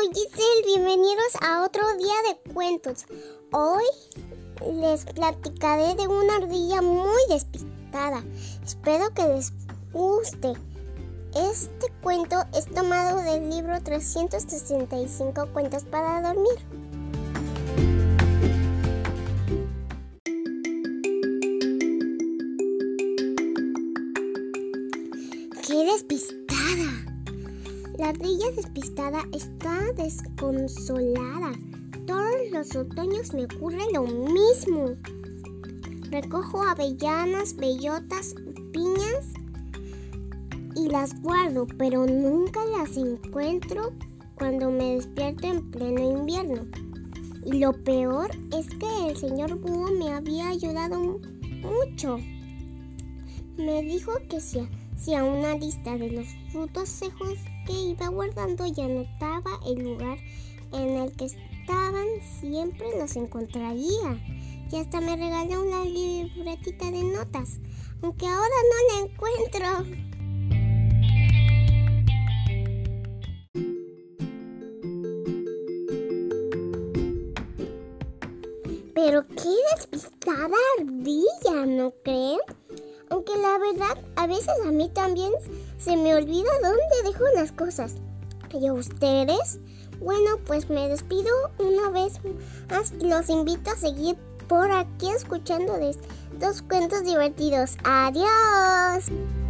soy Giselle, bienvenidos a otro día de cuentos. Hoy les platicaré de una ardilla muy despistada. Espero que les guste. Este cuento es tomado del libro 365 cuentos para dormir. ¡Qué despistada! La ardilla despistada está desconsolada. Todos los otoños me ocurre lo mismo. Recojo avellanas, bellotas, piñas y las guardo, pero nunca las encuentro cuando me despierto en pleno invierno. Y lo peor es que el señor búho me había ayudado mucho. Me dijo que si hacía una lista de los frutos secos que iba guardando y anotaba el lugar en el que estaban, siempre los encontraría. Y hasta me regaló una libretita de notas, aunque ahora no la encuentro. Pero qué despistada ardilla, ¿no creen? Aunque la verdad, a veces a mí también se me olvida dónde dejo las cosas. ¿Y a ustedes? Bueno, pues me despido una vez más. Los invito a seguir por aquí escuchando de estos cuentos divertidos. ¡Adiós!